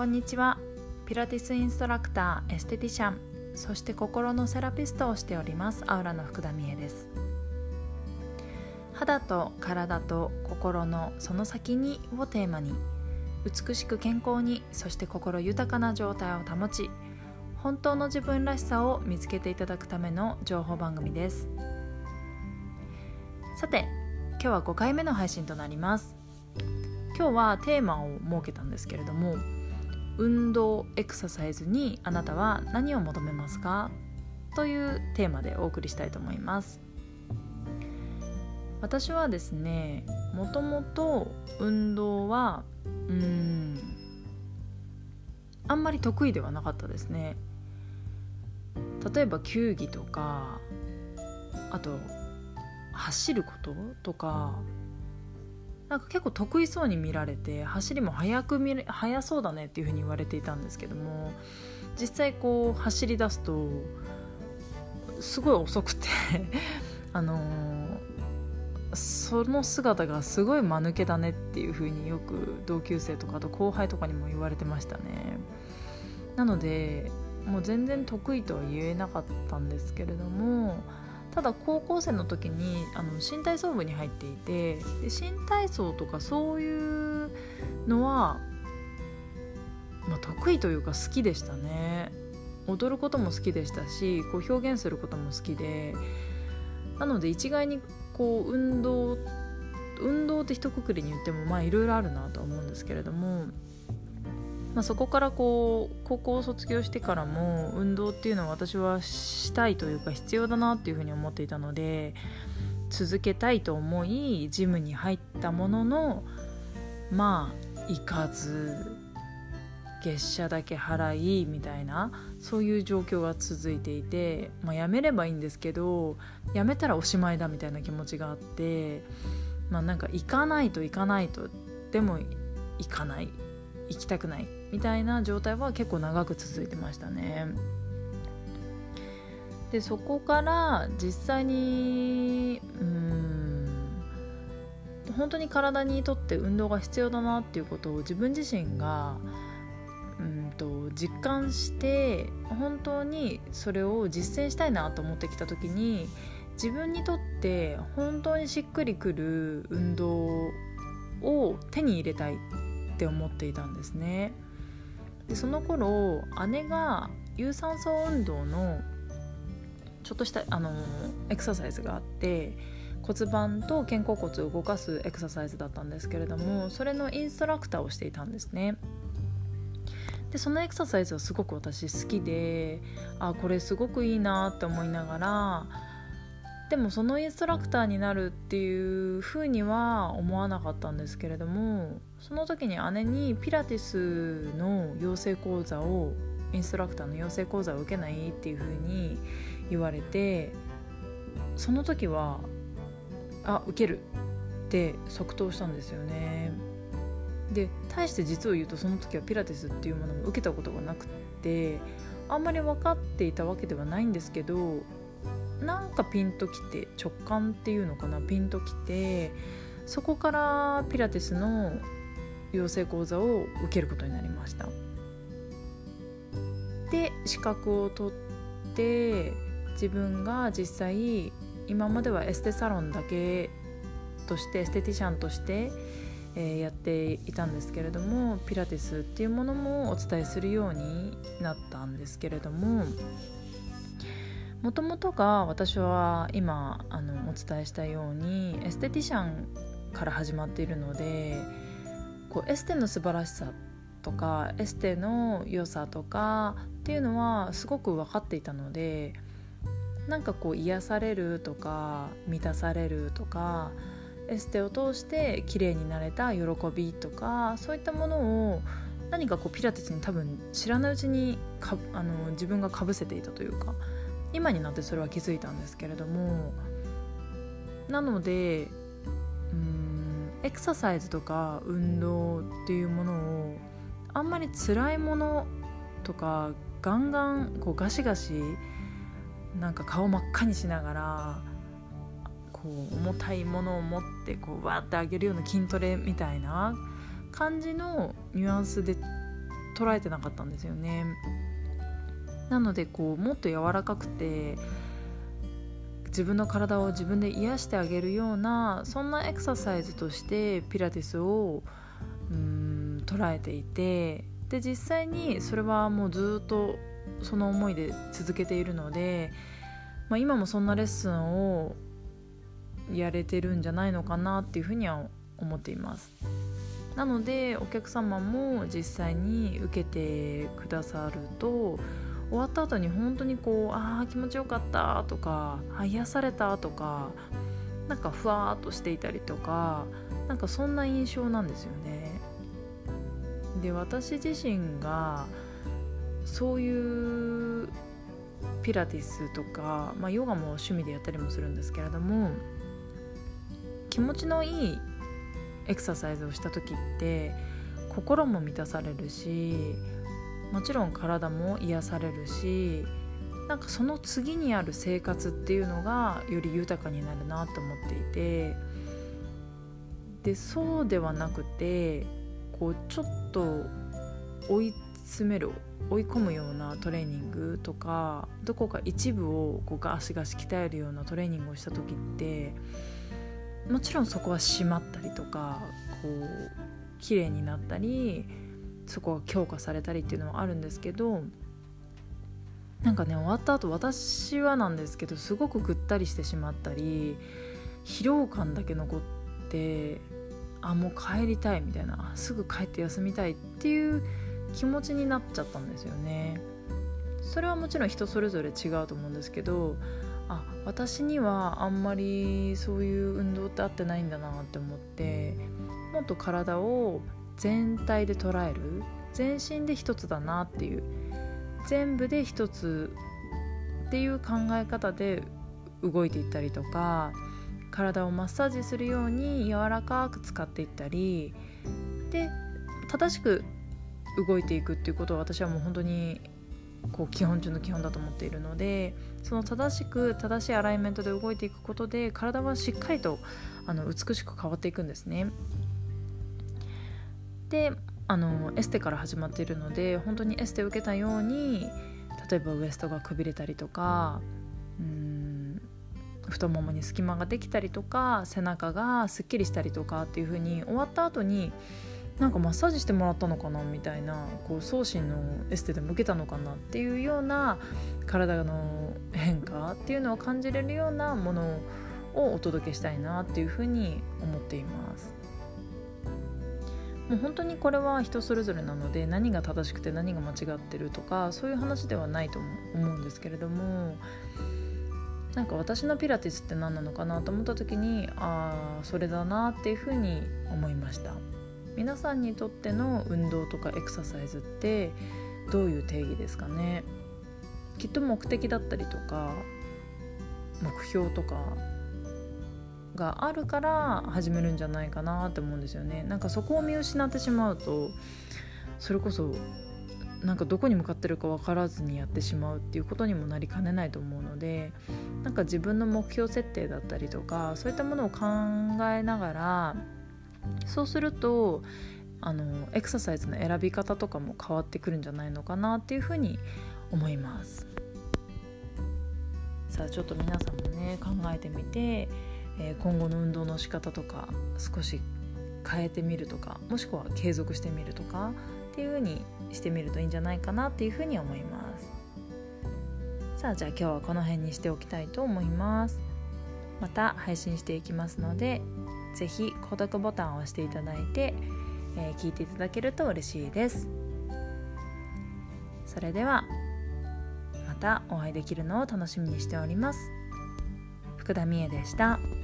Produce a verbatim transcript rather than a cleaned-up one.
こんにちは。ピラティスインストラクター、エステティシャン、そして心のセラピストをしておりますアウラの福田美恵です。肌と体と心のその先にをテーマに、美しく健康に、そして心豊かな状態を保ち、本当の自分らしさを見つけていただくための情報番組です。さて、今日はごかいめの配信となります。今日はテーマを設けたんですけれども、運動エクササイズにあなたは何を求めますかというテーマでお送りしたいと思います。私はですね、もともと運動はうーんあんまり得意ではなかったですね。例えば球技とか、あと走ることとか、なんか結構得意そうに見られて、走りも速く見れ速そうだねっていう風に言われていたんですけども、実際こう走り出すとすごい遅くてあのー、その姿がすごい間抜けだねっていう風によく同級生とかあと後輩とかにも言われてましたね。なのでもう全然得意とは言えなかったんですけれども、ただ高校生の時にあの新体操部に入っていて、で新体操とかそういうのは、まあ、得意というか好きでしたね。踊ることも好きでしたし、こう表現することも好きで、なので一概にこう運動運動って一括りに言ってもまあいろいろあるなとは思うんですけれども、まあ、そこからこう高校を卒業してからも運動っていうのは私はしたいというか必要だなっていうふうに思っていたので、続けたいと思いジムに入ったものの、まあ行かず月謝だけ払いみたいな、そういう状況が続いていて、まあ、辞めればいいんですけど、辞めたらおしまいだみたいな気持ちがあって、まあなんか行かないと行かないとでも行かない、行きたくないみたいな状態は結構長く続いてましたね。でそこから実際にうーん本当に体にとって運動が必要だなっていうことを自分自身がうんと実感して、本当にそれを実践したいなと思ってきた時に、自分にとって本当にしっくりくる運動を手に入れたいって思っていたんですね。でその頃姉が有酸素運動のちょっとしたあのエクササイズがあって、骨盤と肩甲骨を動かすエクササイズだったんですけれども、それのインストラクターをしていたんですね。でそのエクササイズはすごく私好きで、あこれすごくいいなって思いながら、でもそのインストラクターになるっていうふうには思わなかったんですけれども、その時に姉にピラティスの養成講座をインストラクターの養成講座を受けないっていうふうに言われて、その時はあ受けるって即答したんですよね。で対して実を言うと、その時はピラティスっていうものも受けたことがなくて、あんまり分かっていたわけではないんですけど、なんかピンときて、直感っていうのかな、ピンときて、そこからピラティスの養成講座を受けることになりました。で資格を取って、自分が実際今まではエステサロンだけとしてエステティシャンとしてえー、やっていたんですけれども、ピラティスっていうものもお伝えするようになったんですけれども、もともとが私は今あのお伝えしたようにエステティシャンから始まっているので、こうエステの素晴らしさとかエステの良さとかっていうのはすごく分かっていたので、なんかこう癒されるとか満たされるとか、エステを通して綺麗になれた喜びとか、そういったものを何かこうピラティスに多分知らないうちにかあの自分がかぶせていたというか、今になってそれは気づいたんですけれども、なのでうーんエクササイズとか運動っていうものをあんまり辛いものとかガンガンこうガシガシなんか顔真っ赤にしながらこう重たいものを持ってこうわーって上げるような筋トレみたいな感じのニュアンスで捉捉えてなかったんですよね。なのでこうもっと柔らかくて自分の体を自分で癒してあげるような、そんなエクササイズとしてピラティスをうーん捉えていて、で実際にそれはもうずっとその思いで続けているので、まあ、今もそんなレッスンをやれてるんじゃないのかなっていうふうには思っています。なのでお客様も実際に受けてくださると、終わった後に本当にこうあー気持ちよかったとか、あ癒されたとか、なんかふわーっとしていたりとか、なんかそんな印象なんですよね。で私自身がそういうピラティスとか、まあ、ヨガも趣味でやったりもするんですけれども、気持ちのいいエクササイズをした時って心も満たされるし、もちろん体も癒されるし、なんかその次にある生活っていうのがより豊かになるなと思っていて、でそうではなくてこうちょっと追い詰める追い込むようなトレーニングとか、どこか一部をこうガシガシ鍛えるようなトレーニングをした時って、もちろんそこは締まったりとか、こう綺麗になったり、そこが強化されたりっていうのはあるんですけど、なんかね終わった後私はなんですけど、すごくぐったりしてしまったり、疲労感だけ残って、あもう帰りたいみたいな、すぐ帰って休みたいっていう気持ちになっちゃったんですよね。それはもちろん人それぞれ違うと思うんですけど、あ私にはあんまりそういう運動って合ってないんだなって思って、もっと体を全体で捉える、全身で一つだなっていう、全部で一つっていう考え方で動いていったりとか、体をマッサージするように柔らかく使っていったりで、正しく動いていくっていうことは私はもう本当にこう基本中の基本だと思っているので、その正しく正しいアライメントで動いていくことで体はしっかりとあの美しく変わっていくんですね。であのエステから始まっているので、本当にエステを受けたように、例えばウエストがくびれたりとか、うーん太ももに隙間ができたりとか、背中がすっきりしたりとかっていう風に終わった後に、なんかマッサージしてもらったのかなみたいな、こう送信のエステでも受けたのかなっていうような体の変化っていうのを感じれるようなものをお届けしたいなっていう風に思っています。もう本当にこれは人それぞれなので、何が正しくて何が間違ってるとかそういう話ではないと思うんですけれども、なんか私のピラティスって何なのかなと思った時に、ああそれだなっていうふうに思いました。皆さんにとっての運動とかエクササイズってどういう定義ですかね。きっと目的だったりとか目標とかがあるから始めるんじゃないかなって思うんですよね。なんかそこを見失ってしまうと、それこそなんかどこに向かってるか分からずにやってしまうっていうことにもなりかねないと思うので、なんか自分の目標設定だったりとかそういったものを考えながら、そうするとあのエクササイズの選び方とかも変わってくるんじゃないのかなっていうふうに思います。さあちょっと皆さんもね考えてみて、えー、今後の運動の仕方とか少し変えてみるとか、もしくは継続してみるとかっていう風にしてみるといいんじゃないかなっていう風に思います。さあじゃあ今日はこの辺にしておきたいと思います。また配信していきますので、ぜひ購読ボタンを押していただいて、えー、聞いていただけると嬉しいです。それではまたお会いできるのを楽しみにしております。福田美恵でした。